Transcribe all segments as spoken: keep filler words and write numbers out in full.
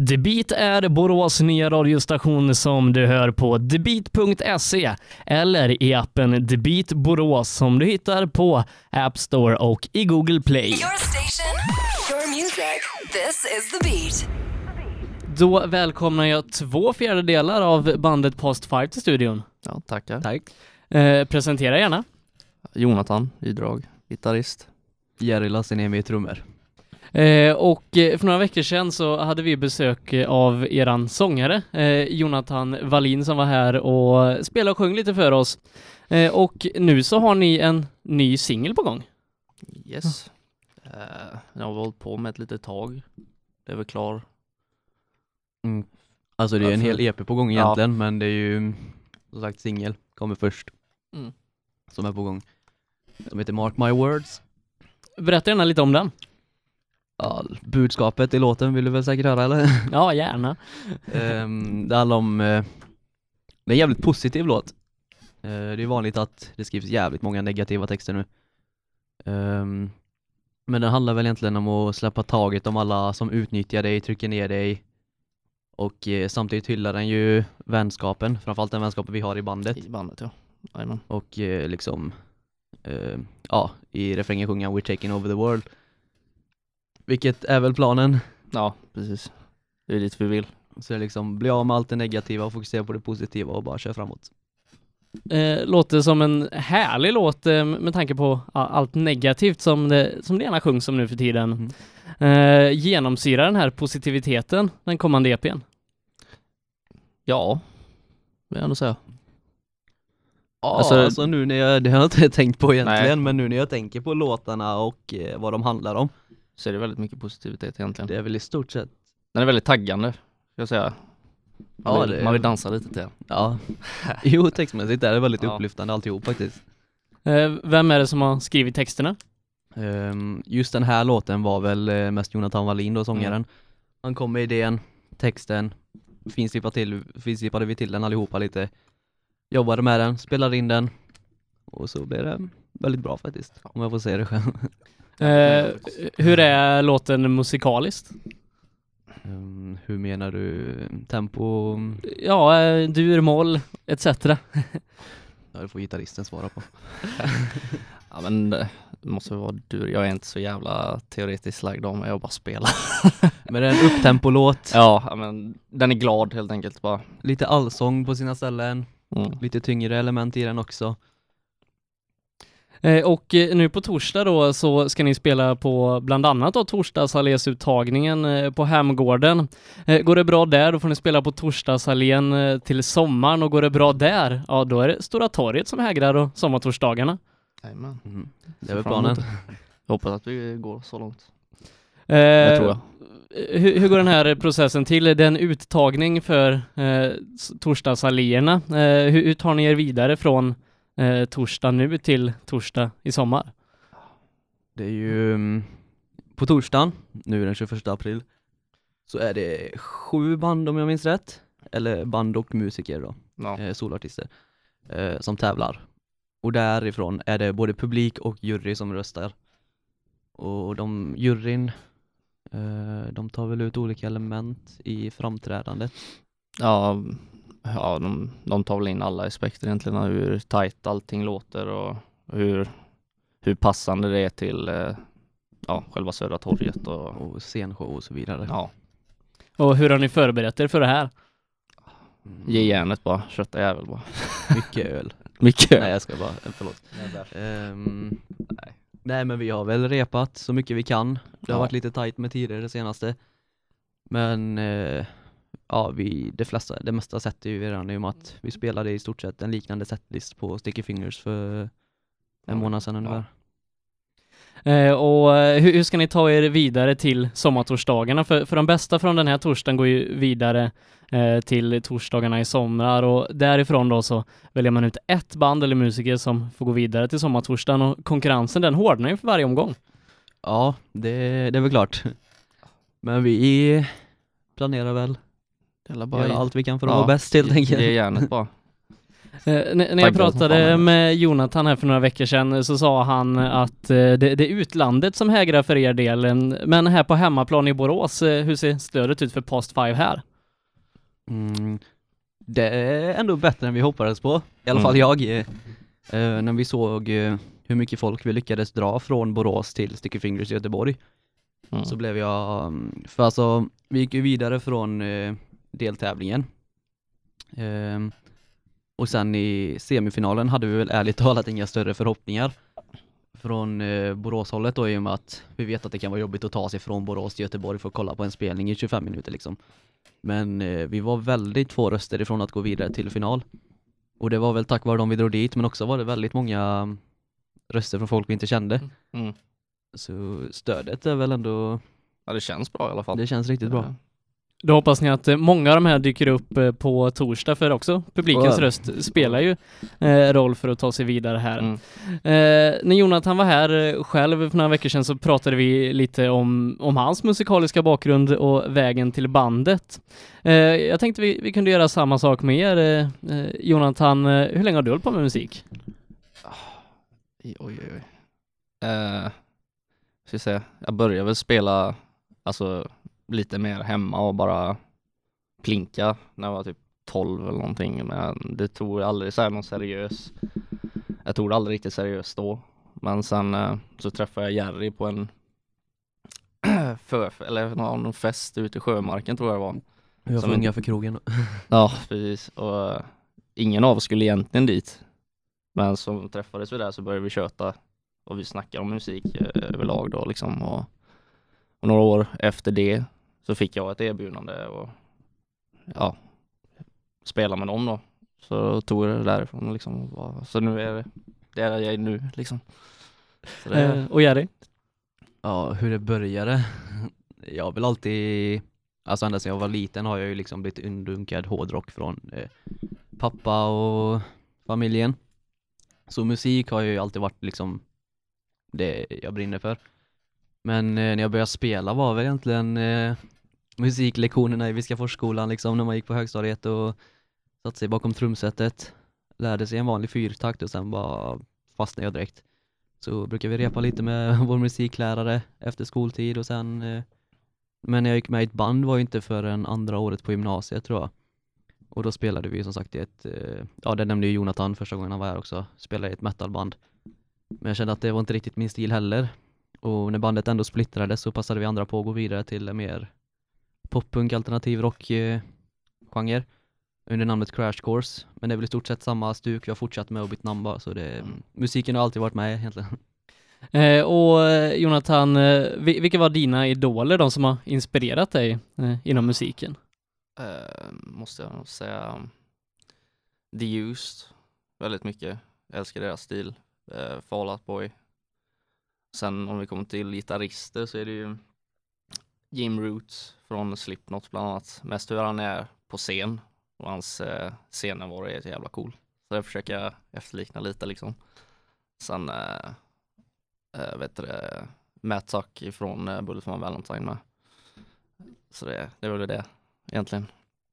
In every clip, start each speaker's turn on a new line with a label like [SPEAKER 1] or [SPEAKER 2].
[SPEAKER 1] The Beat är Borås nya radiostation som du hör på the beat punkt se eller i appen The Beat Borås som du hittar på App Store och i Google Play.
[SPEAKER 2] Your station, your music. This is The Beat.
[SPEAKER 1] Då välkomnar jag två fjärdedelar av bandet Post fem till studion.
[SPEAKER 3] Ja, tackar.
[SPEAKER 4] Tack.
[SPEAKER 1] Eh, presentera gärna.
[SPEAKER 3] Jonathan i drag, gitarrist.
[SPEAKER 4] Jerry Lassinemi i trummor.
[SPEAKER 1] Eh, och eh, för några veckor sedan så hade vi besök eh, av eran sångare eh, Jonathan Wallin som var här och spelade och sjöng lite för oss. Eh, och nu så har ni en ny singel på gång.
[SPEAKER 3] Yes. Uh, jag har hållit på med ett litet tag. Det är väl klar.
[SPEAKER 4] Mm. Alltså det är en hel E P på gång egentligen, ja. Men det är ju som sagt singel kommer först.
[SPEAKER 1] Mm.
[SPEAKER 4] Som är på gång. Som heter Mark My Words.
[SPEAKER 1] Berätta gärna lite om den.
[SPEAKER 4] Ja, budskapet i låten vill du väl säkert höra, eller?
[SPEAKER 1] Ja, gärna.
[SPEAKER 4] um, det handlar om... Uh, det är en jävligt positiv låt. Uh, det är vanligt att det skrivs jävligt många negativa texter nu. Um, men den handlar väl egentligen om att släppa taget om alla som utnyttjar dig, trycker ner dig. Och uh, samtidigt hyllar den ju vänskapen. Framförallt den vänskapen vi har i bandet.
[SPEAKER 3] I bandet, ja. Amen.
[SPEAKER 4] Och uh, liksom... Uh, ja, i refrängen sjunger We're taking over the world. Vilket är väl planen.
[SPEAKER 3] Ja, precis. Det är dit vi vill.
[SPEAKER 4] Så det är liksom bli av med allt det negativa och fokusera på det positiva och bara köra framåt.
[SPEAKER 1] Eh, låter som en härlig låt eh, med tanke på ja, allt negativt som det, som det gärna sjungs om nu för tiden. Mm. Eh, genomsyrar den här positiviteten den kommande E P:n?
[SPEAKER 3] Ja, vill jag ändå säga.
[SPEAKER 4] Ja, alltså, alltså nu när jag, det har jag inte tänkt på egentligen, nej. Men nu när jag tänker på låtarna och eh, vad de handlar om.
[SPEAKER 3] Så är det väldigt mycket positivitet egentligen.
[SPEAKER 4] Det är väl i stort sett.
[SPEAKER 3] Den är väldigt taggande, ska jag säga. Man,
[SPEAKER 4] ja,
[SPEAKER 3] vill,
[SPEAKER 4] det...
[SPEAKER 3] man vill dansa lite till den.
[SPEAKER 4] Ja, jo textmässigt är det väldigt
[SPEAKER 3] ja.
[SPEAKER 4] upplyftande alltihop faktiskt.
[SPEAKER 1] Eh, vem är det som har skrivit texterna?
[SPEAKER 4] Um, just den här låten var väl eh, mest Jonathan Wallin då, sångaren. Mm. Han kom med idén, texten, finslipade, till, finslipade vi till den allihopa lite. Jobbade med den, spelade in den. Och så blev det väldigt bra faktiskt, om jag får säga det själv.
[SPEAKER 1] Eh, hur är låten musikaliskt?
[SPEAKER 4] Um, hur menar du? Tempo?
[SPEAKER 1] Ja, eh, dur, moll, et cetera.
[SPEAKER 4] Ja, det får gitarristen svara på.
[SPEAKER 3] Ja, men det måste vara dur. Jag är inte så jävla teoretiskt lagd om, jag bara spelar.
[SPEAKER 4] Men det är en upptempo-låt.
[SPEAKER 3] Ja, men den är glad helt enkelt bara.
[SPEAKER 4] Lite allsång på sina ställen. Mm. Lite tyngre element i den också.
[SPEAKER 1] Eh, och eh, nu på torsdag då så ska ni spela på bland annat då torsdagsallés-uttagningen eh, på Hemgården. Eh, går det bra där, då får ni spela på torsdagsallén eh, till sommaren, och går det bra där, ja då är det Stora torget som hägrar och sommartorsdagarna.
[SPEAKER 3] Amen.
[SPEAKER 4] Mm. Det är väl planen.
[SPEAKER 3] Jag hoppas att vi går så långt.
[SPEAKER 1] Eh,
[SPEAKER 3] det tror jag.
[SPEAKER 1] Hur, hur går den här processen till? Det är en uttagning för eh, torsdagsalléerna. Eh, hur, hur tar ni er vidare från eh, torsdag nu till torsdag i sommar?
[SPEAKER 4] Det är ju um, på torsdagen, nu den tjugoförsta april, så är det sju band om jag minns rätt. Eller band och musiker då. Ja. Eh, solartister. Eh, som tävlar. Och därifrån är det både publik och jury som röstar. Och de juryn de tar väl ut olika element i framträdandet.
[SPEAKER 3] Ja, ja de, de tar väl in alla aspekter egentligen. Hur tajt allting låter och hur, hur passande det är till ja, själva Södra torget. Och,
[SPEAKER 4] och scenshow och så vidare.
[SPEAKER 3] Ja.
[SPEAKER 1] Och hur har ni förberett er för det här?
[SPEAKER 3] Mm. Ge järnet bara, kötta jävel bara.
[SPEAKER 4] Mycket öl.
[SPEAKER 3] Mycket öl.
[SPEAKER 4] Nej, jag ska bara, förlåt. Um, nej. Nej, men vi har väl repat så mycket vi kan. Det har ja. varit lite tajt med tider det senaste. Men eh, ja, vi, det flesta, det mesta sätter ju redan i och med att vi spelade i stort sett en liknande setlist på Sticky Fingers för en ja. månad sedan ungefär.
[SPEAKER 1] Ja. Eh, och hur, hur ska ni ta er vidare till sommartorsdagarna? För, för de bästa från den här torsdagen går ju vidare eh, till torsdagarna i sommar, och därifrån då så väljer man ut ett band eller musiker som får gå vidare till sommartorsdagen, och konkurrensen den hårdnar ju för varje omgång.
[SPEAKER 4] Ja, det, det är väl klart. Men vi planerar väl
[SPEAKER 3] bara
[SPEAKER 4] göra allt vi kan för att
[SPEAKER 3] ja,
[SPEAKER 4] vara bäst helt enkelt.
[SPEAKER 3] Det är gärna bara.
[SPEAKER 1] Eh, när jag pratade med Jonathan här för några veckor sedan så sa han att eh, det, det är utlandet som hägrar för er del. Men här på hemmaplan i Borås, eh, hur ser stödet ut för Post Five här?
[SPEAKER 4] Mm, det är ändå bättre än vi hoppades på. I alla mm. fall jag. Eh, när vi såg eh, hur mycket folk vi lyckades dra från Borås till Sticky Fingers i Göteborg. Mm. Så blev jag... För alltså, vi gick ju vidare från eh, deltävlingen. Eh, och sen i semifinalen hade vi väl ärligt talat inga större förhoppningar från eh, Boråshållet då, i och med att vi vet att det kan vara jobbigt att ta sig från Borås till Göteborg för att kolla på en spelning i tjugofem minuter liksom. Men eh, vi var väldigt få röster ifrån att gå vidare till final. Och det var väl tack vare dem vi drog dit, men också var det väldigt många röster från folk vi inte kände. Mm. Så stödet är väl ändå...
[SPEAKER 3] Ja, det känns bra i alla fall.
[SPEAKER 4] Det känns riktigt bra.
[SPEAKER 3] Ja.
[SPEAKER 1] Då hoppas ni att många av de här dyker upp på torsdag, för också publikens wow. röst spelar ju eh, roll för att ta sig vidare här. Mm. Eh, när Jonathan var här själv för några veckor sedan så pratade vi lite om, om hans musikaliska bakgrund och vägen till bandet. Eh, jag tänkte vi, vi kunde göra samma sak med er. Eh, Jonathan, hur länge har du hållit på med musik?
[SPEAKER 3] Oj, oj, oj. Eh, ska jag säga, jag började väl spela alltså lite mer hemma och bara plinka när jag var typ tolv eller någonting, men det tog aldrig så här någon seriös jag tog det aldrig riktigt seriöst då, men sen eh, så träffade jag Jerry på en för, eller någon fest ute i Sjömarken tror jag det var.
[SPEAKER 4] Jag var unga för krogen.
[SPEAKER 3] Ja, precis, och uh, ingen av oss skulle egentligen dit, men så träffades vi där så började vi köta och vi snackade om musik uh, överlag då liksom, och, och några år efter det så fick jag ett erbjudande och ja, spela med dem då. Så tog jag det därifrån liksom. Så nu är det där jag är nu liksom. Så det är...
[SPEAKER 1] eh, och Jerry?
[SPEAKER 4] Ja, hur det började. Jag har väl alltid, alltså ända sedan jag var liten har jag ju liksom blivit undunkad hårdrock från eh, pappa och familjen. Så musik har ju alltid varit liksom det jag brinner för. Men eh, när jag började spela var väl egentligen eh, musiklektionerna i Viskaforsskolan liksom, när man gick på högstadiet och satt sig bakom trumsetet, lärde sig en vanlig fyrtakt och sen bara fastnade jag direkt. Så brukar vi repa lite med vår musiklärare efter skoltid och sen eh, men när jag gick med i ett band var ju inte förrän andra året på gymnasiet tror jag. Och då spelade vi som sagt i ett, eh, ja det nämnde ju Jonathan första gången han var här också, spelade i ett metalband. Men jag kände att det var inte riktigt min stil heller. Och när bandet ändå splittrades så passade vi andra på att gå vidare till en mer poppunk alternativ rock eh, genre under namnet Crash Course. Men det är väl i stort sett samma stuk vi har fortsatt med och bytt namn bara, så det, mm. musiken har alltid varit med egentligen.
[SPEAKER 1] Eh, och Jonathan, eh, vilka var dina idoler, de som har inspirerat dig eh, inom musiken?
[SPEAKER 3] Uh, måste jag nog säga The Used väldigt mycket. Jag älskar deras stil. Uh, Fall Out Boy. Sen om vi kommer till gitarrister så är det ju Jim Roots från Slipknot bland annat. Mest hur han är på scen. Och hans eh, scener var det så jävla cool. Så det försöker jag efterlikna lite liksom. Sen eh, äh, vet du det, Matt Tuck från eh, Bullet for My Valentine med. Så det, det var det egentligen.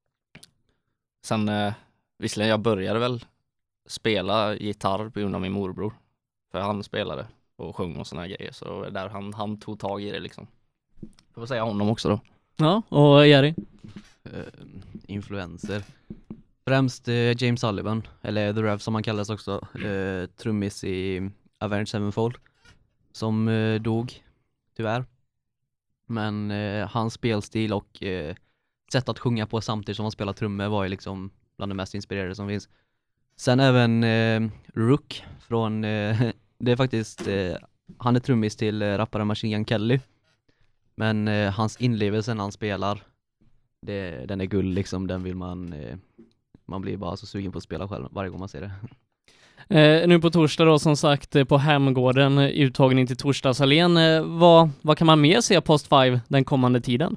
[SPEAKER 3] Sen eh, visserligen jag började väl spela gitarr på grund av min morbror. För han spelade och sjöng och såna här grejer. Så där han, han tog tag i det liksom. Får säga honom också då.
[SPEAKER 1] Ja, och Jerry?
[SPEAKER 4] Uh, influenser. Främst uh, James Sullivan, eller The Rev som han kallas också. Uh, trummis i Avenged Sevenfold. Som uh, dog, tyvärr. Men uh, hans spelstil och uh, sätt att sjunga på samtidigt som han spelar trummor var ju liksom bland de mest inspirerade som finns. Sen även uh, Rook från... Uh, det är faktiskt... Uh, han är trummis till uh, rapparen Machine Gun Kelly. Men uh, hans inlevelse när han spelar, det, den är guld liksom. Den vill man... Uh, man blir bara så sugen på att spela själv varje gång man ser det.
[SPEAKER 1] Eh, nu på torsdag då, som sagt, på Hemgården, uttagning till Torsdagsallén. Eh, vad, vad kan man mer se Post Five den kommande tiden?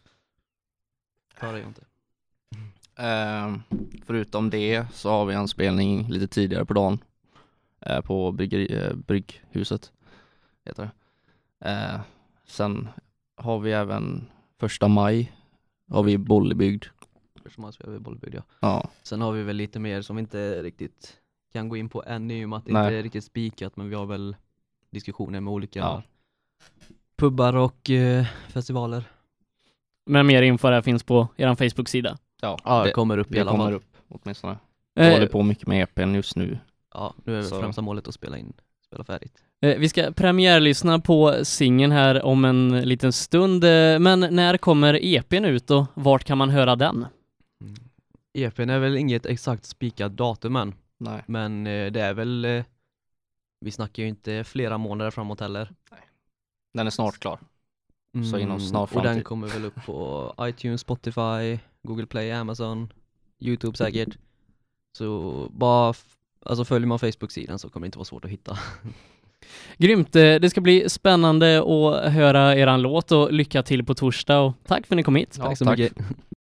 [SPEAKER 4] Ja, det är inte.
[SPEAKER 3] Eh, förutom det så har vi en spelning lite tidigare på dagen eh, på bryggeri, eh, Brygghuset heter det. Eh, sen har vi även första maj har vi Bollebygd
[SPEAKER 4] som har spelat i Bollebygd, ja.
[SPEAKER 3] Ja.
[SPEAKER 4] Sen har vi väl lite mer som vi inte riktigt kan gå in på än i och med att det
[SPEAKER 3] Nej.
[SPEAKER 4] inte är riktigt spikat, men vi har väl diskussioner med olika
[SPEAKER 3] Ja.
[SPEAKER 4] pubbar och eh, festivaler.
[SPEAKER 1] Men mer info där finns på er Facebook-sida.
[SPEAKER 3] Ja,
[SPEAKER 4] Ja, det
[SPEAKER 3] det,
[SPEAKER 4] kommer upp i
[SPEAKER 3] det
[SPEAKER 4] alla
[SPEAKER 3] kommer
[SPEAKER 4] fall.
[SPEAKER 3] upp åtminstone. Jag
[SPEAKER 1] Eh,
[SPEAKER 3] håller på mycket med E P:n just nu.
[SPEAKER 4] Ja, nu är det
[SPEAKER 3] Så.
[SPEAKER 4] främsta målet att spela in, spela färdigt.
[SPEAKER 1] eh, vi ska premiärlyssna på singeln här om en liten stund. Eh, men när kommer E P:n ut och vart kan man höra den?
[SPEAKER 4] Mm. E P:n är väl inget exakt spikat datum än,
[SPEAKER 3] Nej.
[SPEAKER 4] men eh, det är väl, eh, vi snackar ju inte flera månader framåt heller.
[SPEAKER 3] Den är snart klar. Så inom snar
[SPEAKER 4] Och den
[SPEAKER 3] framtid.
[SPEAKER 4] kommer väl upp på iTunes, Spotify, Google Play, Amazon, YouTube säkert. Så bara, f- alltså följer man Facebook-sidan så kommer det inte vara svårt att hitta.
[SPEAKER 1] Grymt, eh, det ska bli spännande att höra eran låt och lycka till på torsdag och tack för att ni kom hit.
[SPEAKER 3] Ja,
[SPEAKER 4] Tack så
[SPEAKER 3] tack.
[SPEAKER 4] mycket.